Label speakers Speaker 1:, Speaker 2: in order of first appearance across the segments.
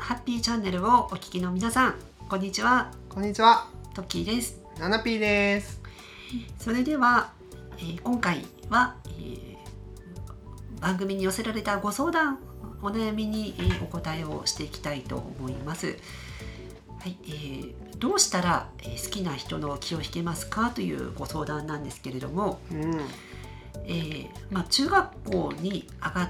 Speaker 1: ハッピーチャンネルをお聞きの皆さん、こんにちは。
Speaker 2: こんにちは。
Speaker 1: トッキーです。
Speaker 2: ナナピーです。
Speaker 1: それでは、今回は、番組に寄せられたご相談、お悩みに、お答えをしていきたいと思います。はい、どうしたら、好きな人の気を引けますかというご相談なんですけれども、中学校に上がって、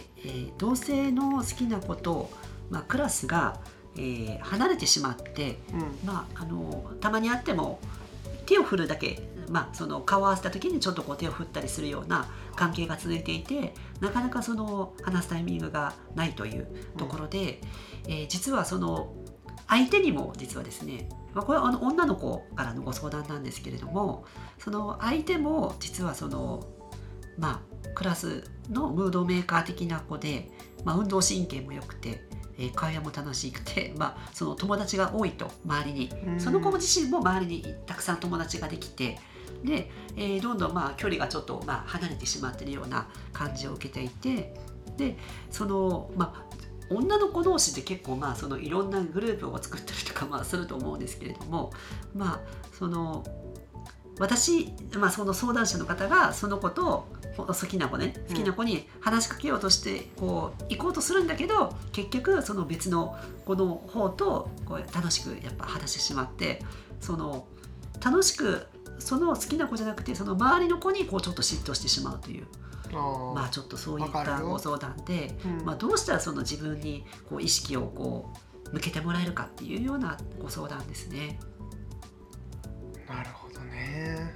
Speaker 1: 同性の好きな子と、クラスが、離れてしまって、たまに会っても手を振るだけ、その顔を合わせた時にちょっとこう手を振ったりするような関係が続いていて、なかなかその話すタイミングがないというところで、実はその相手にも実はですね、これは女の子からのご相談なんですけれども、その相手も実はそのクラスのムードメーカー的な子で、運動神経も良くて、会話も楽しくて、その友達が多いと周りに、その子自身も周りにたくさん友達ができて、で、どんどん距離がちょっと離れてしまっているような感じを受けていて、でその女の子同士で結構そのいろんなグループを作ったりとかすると思うんですけれども、その私、その相談者の方がその子と好きな子に話しかけようとして行こうとするんだけど、結局その別の子の方と楽しくやっぱ話してしまって、その楽しくその好きな子じゃなくてその周りの子にちょっと嫉妬してしまうという、ちょっとそういったご相談で、どうしたらその自分に意識を向けてもらえるかっていうようなご相談ですね。
Speaker 2: なるほどね。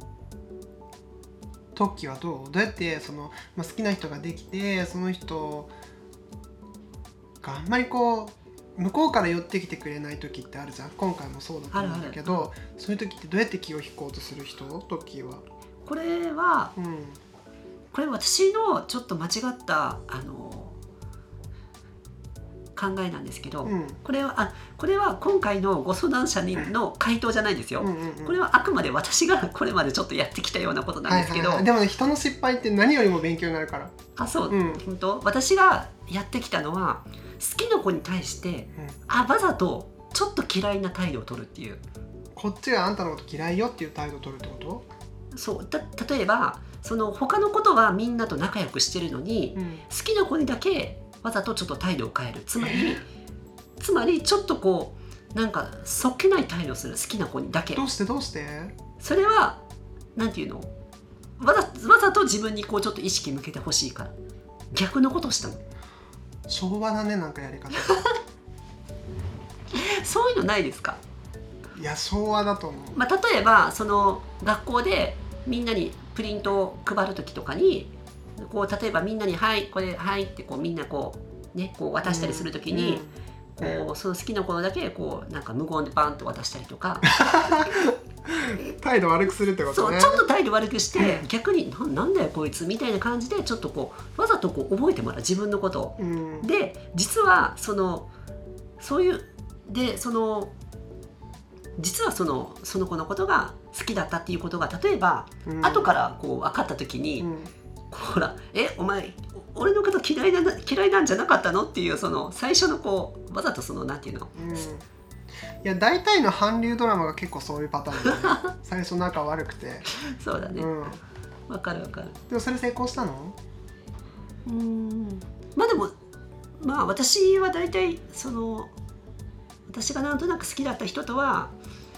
Speaker 2: トッキーはどうやってその、好きな人ができて、その人があんまり向こうから寄ってきてくれない時ってあるじゃん。今回もそうだと思うんだけど、そういう時ってどうやって気を引こうとする人？トッキーは。
Speaker 1: これは、これ私のちょっと間違った考えなんですけど、これは今回のご相談者の回答じゃないんですよ。これはあくまで私がこれまでちょっとやってきたようなことなんですけど、
Speaker 2: でもね、人の失敗って何よりも勉強になるから。
Speaker 1: そう、本当。私がやってきたのは好きな子に対して、わざとちょっと嫌いな態度を取るっていう、
Speaker 2: こっちがあんたのこと嫌いよっていう態度を取るってこと？そう。
Speaker 1: 例えばその他のことはみんなと仲良くしてるのに、好きな子にだけわざとちょっと態度を変える。つまりちょっとなんかそっけない態度をする、好きな子にだけ。
Speaker 2: どうして
Speaker 1: それはなんていうの、わざと自分にちょっと意識向けてほしいから、逆のことをしたの。
Speaker 2: 昭和だね、なんかやり方
Speaker 1: そういうのないですか？
Speaker 2: いや、昭和だと思う。
Speaker 1: 例えばその学校でみんなにプリントを配る時とかに、例えばみんなにはいこれはいってみんな渡したりする時に、その好きな子だけなんか無言でバンと渡したりとか
Speaker 2: 態度悪くするってことね。
Speaker 1: そう、ちょっと態度悪くして、逆になんだよこいつみたいな感じでちょっとわざと覚えてもらう、自分のことを。で実はそういうで実はその子のことが好きだったっていうことが、例えば、後から分かった時に、ほらお前俺のこと嫌いなんじゃなかったのっていう、その最初のわざとなんていうの、
Speaker 2: いや大体の韓流ドラマが結構そういうパターンだね最初仲悪くて
Speaker 1: そうだね、わかる。
Speaker 2: でもそれ成功したの？
Speaker 1: でも私は大体私がなんとなく好きだった人とは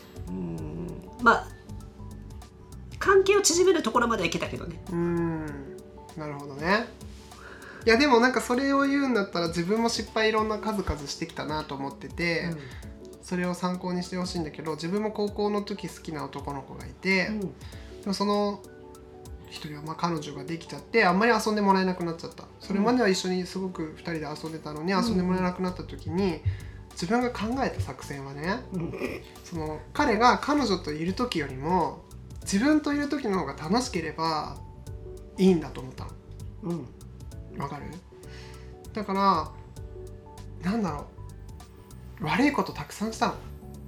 Speaker 1: 関係を縮めるところまではいけたけどね。
Speaker 2: なるほどね。いやでもなんかそれを言うんだったら、自分も失敗いろんな数々してきたなと思ってて、それを参考にしてほしいんだけど、自分も高校の時好きな男の子がいて、でもその一人は彼女ができちゃって、あんまり遊んでもらえなくなっちゃった。それまでは一緒にすごく2人で遊んでたのに、遊んでもらえなくなった時に、自分が考えた作戦はね、その彼が彼女といる時よりも自分といる時の方が楽しければいいんだと思ったの。わかる？だからなんだろう、悪いことたくさんしたの。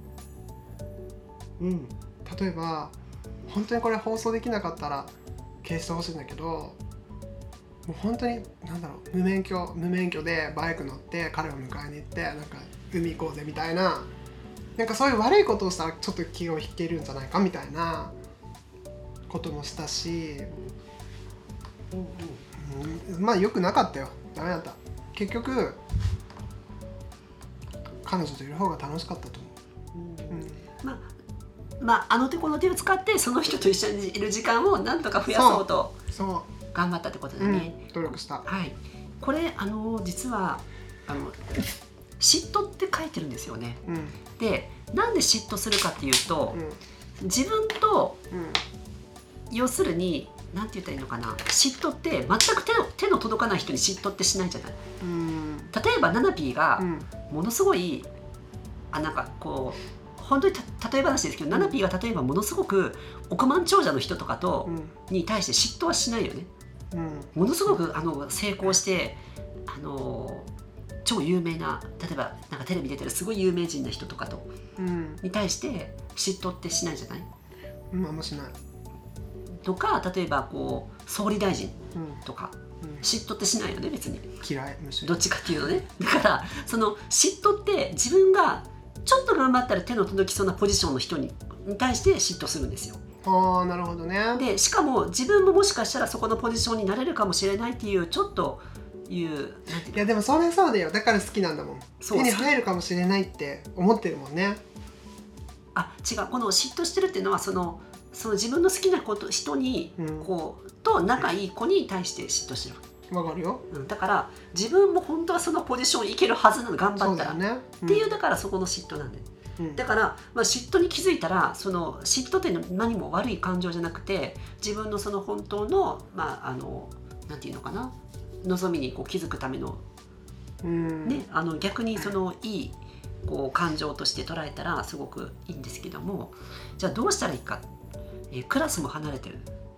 Speaker 2: 例えば本当にこれ放送できなかったら消してほしいんだけど、 もう本当になんだろう、無免許でバイク乗って彼を迎えに行ってなんか海行こうぜみたいな、なんかそういう悪いことをしたらちょっと気を引けるんじゃないかみたいなこともしたし、まあ良くなかったよ。ダメだった。結局彼女といる方が楽しかったと思う。
Speaker 1: まああの手この手を使ってその人と一緒にいる時間をなんとか増やそうと頑張ったってことだね。
Speaker 2: 努力した。
Speaker 1: はい。これ実は嫉妬って書いてるんですよね。で、なんで嫉妬するかっていうと、自分と、要するになんて言ったらいいのかな、嫉妬って全く手の届かない人に嫉妬ってしないじゃない。例えばナナピーがものすごいなんかこう本当に例え話ですけど、ナナピーが例えばものすごく億万長者の人とかに対して嫉妬はしないよね。ものすごく成功して超有名な、例えばなんかテレビ出てるすごい有名人な人とかに対して嫉妬ってしないじゃない。
Speaker 2: あんましない。
Speaker 1: とか例えばこう総理大臣とか、嫉妬ってしないよね別に。
Speaker 2: 嫌い、むしろ。
Speaker 1: どっちかっていうとね。だからその嫉妬って自分がちょっと頑張ったら手の届きそうなポジションの人に対して嫉妬するんですよ。
Speaker 2: ああ、なるほどね。
Speaker 1: でしかも自分ももしかしたらそこのポジションになれるかもしれないっていうちょっとい
Speaker 2: やでもそれそうだよ。だから好きなんだもん。手に入るかもしれないって思ってるもんね。
Speaker 1: 違う、この嫉妬してるっていうのはその自分の好きな人にと仲いい子に対して嫉妬してる。
Speaker 2: わかるよ。
Speaker 1: だから自分も本当はそのポジションいけるはずなの、頑張ったらっていう、だからそこの嫉妬なんで、だから、嫉妬に気づいたら、その嫉妬っていうのは何も悪い感情じゃなくて、自分のその本当のなんていうのかな、望みに気づくための、逆にそのいい感情として捉えたらすごくいいんですけども、じゃあどうしたらいいか。クラスも離れてる。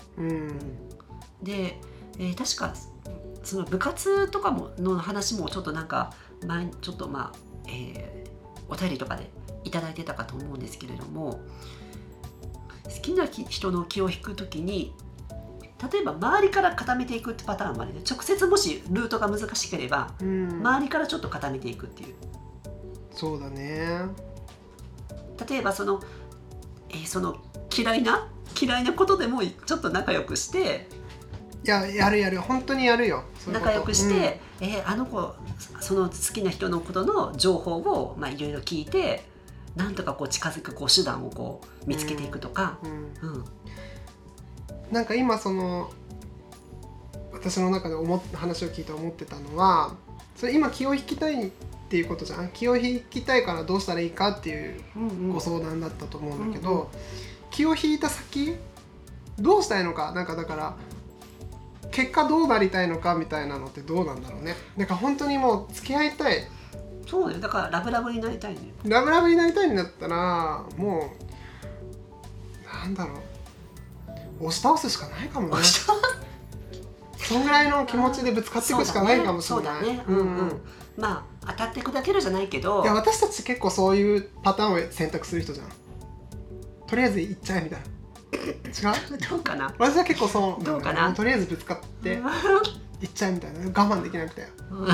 Speaker 1: で、確かその部活とかの話もちょっとなんか前ちょっとお便りとかでいただいてたかと思うんですけれども、好きな人の気を引くときに、例えば周りから固めていくってパターンもあるね。直接もしルートが難しければ、周りからちょっと固めていくっていう。
Speaker 2: そうだね。
Speaker 1: 例えばその嫌いなことでもちょっと仲良くして、
Speaker 2: やる本当にやるよ。
Speaker 1: 仲良くして、あの子その好きな人のことの情報をいろいろ聞いて、なんとか近づく手段を見つけていくとか。
Speaker 2: なんか今その私の中で話を聞いて思ってたのは、それ今気を引きたいっていうことじゃん。気を引きたいからどうしたらいいかっていうご相談だったと思うんだけど、気を引いた先どうしたいのか、なんかだから結果どうなりたいのかみたいなのってどうなんだろうね。なんか本当にもう付き合いたい。
Speaker 1: そうだよ。だからラブラブになりたいね。
Speaker 2: ラブラブになりたいんだったらもうなんだろう、押し倒すしかないかもね。そんぐらいの気持ちでぶつかっていくしかないかもしれない。
Speaker 1: 当たって砕けるじゃないけど、
Speaker 2: いや私たち結構そういうパターンを選択する人じゃん。とりあえず行っちゃえみたいな。違う？
Speaker 1: どうかな。
Speaker 2: 私は結構そう
Speaker 1: どうかな。
Speaker 2: とりあえずぶつかって行っちゃえみたいな。我慢できなくて。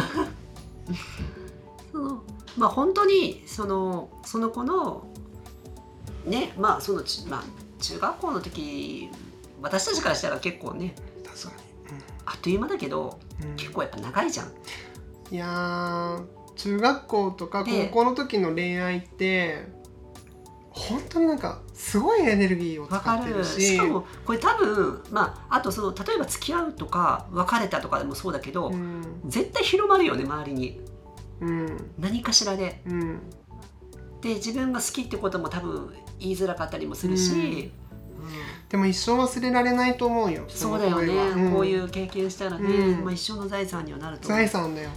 Speaker 1: 本当にその子のね、中学校の時、私たちからしたら結構ね、
Speaker 2: 確かに、
Speaker 1: あっという間だけど、結構やっぱ長いじゃん。
Speaker 2: いや中学校とか高校の時の恋愛って本当になんかすごいエネルギーを使ってるし、
Speaker 1: しかもこれ多分あと例えば付き合うとか別れたとかでもそうだけど、絶対広まるよね周りに、何かしらで、で自分が好きってことも多分言いづらかったりもするし、
Speaker 2: でも一生忘れられないと思うよ。
Speaker 1: そうだよね、こういう経験したらね、一生の財産にはなると思う。
Speaker 2: 財産だよ。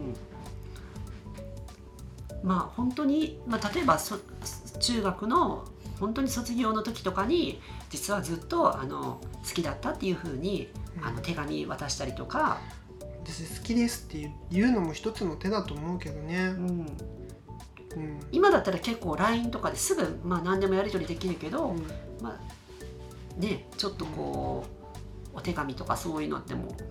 Speaker 1: 本当に、例えば中学の本当に卒業の時とかに実はずっと好きだったっていう風に手紙渡したりとか、
Speaker 2: 私好きですって言うのも一つの手だと思うけどね。
Speaker 1: 今だったら結構 LINE とかですぐ何でもやり取りできるけど、ちょっとお手紙とかそういうのっても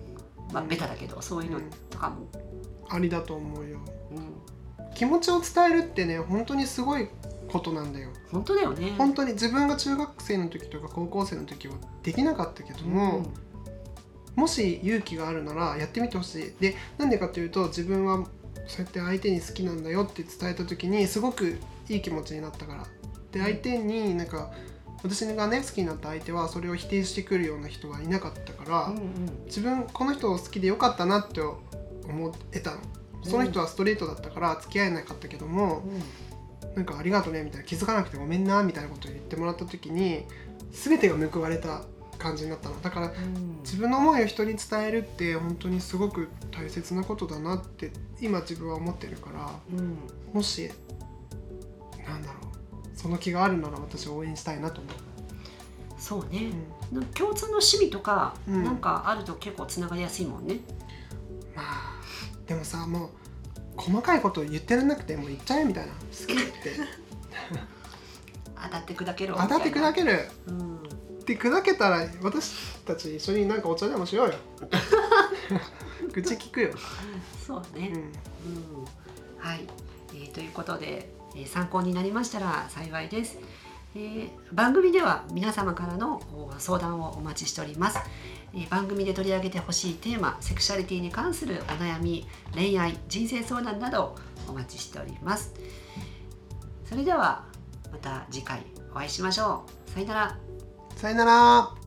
Speaker 1: まあベタだけどそういうのとかも、
Speaker 2: ありだと思うよ、気持ちを伝えるってね本当にすごいことなんだよ。
Speaker 1: 本当だよね。
Speaker 2: 本当に自分が中学生の時とか高校生の時はできなかったけども、もし勇気があるならやってみてほしい。でなんでかというと自分はそうやって相手に好きなんだよって伝えた時にすごくいい気持ちになったから。で相手になんか私がね好きになった相手はそれを否定してくるような人はいなかったから、自分この人を好きでよかったなって思えたの。その人はストレートだったから付き合えなかったけども、なんかありがとねみたいな、気づかなくてごめんなみたいなことを言ってもらった時に全てが報われた感じになったの。だから、自分の思いを人に伝えるって本当にすごく大切なことだなって今自分は思ってるから、もしなんだろうその気があるなら私は応援したいなと思う。
Speaker 1: そうね、共通の趣味とか、なんかあると結構つながりやすいもんね。
Speaker 2: まあでもさ、もう細かいこと言ってらんなくてもう言っちゃえみたいな、好きって
Speaker 1: 当たって砕ける
Speaker 2: 当たって砕ける、で砕けたら私たち一緒になんかお茶でもしようよ愚痴聞くよ。
Speaker 1: そうね、はい、ということで、参考になりましたら幸いです。番組では皆様からの相談をお待ちしております。番組で取り上げてほしいテーマ、セクシャリティに関するお悩み、恋愛、人生相談などお待ちしております。それではまた次回お会いしましょう。さよなら。
Speaker 2: さよなら。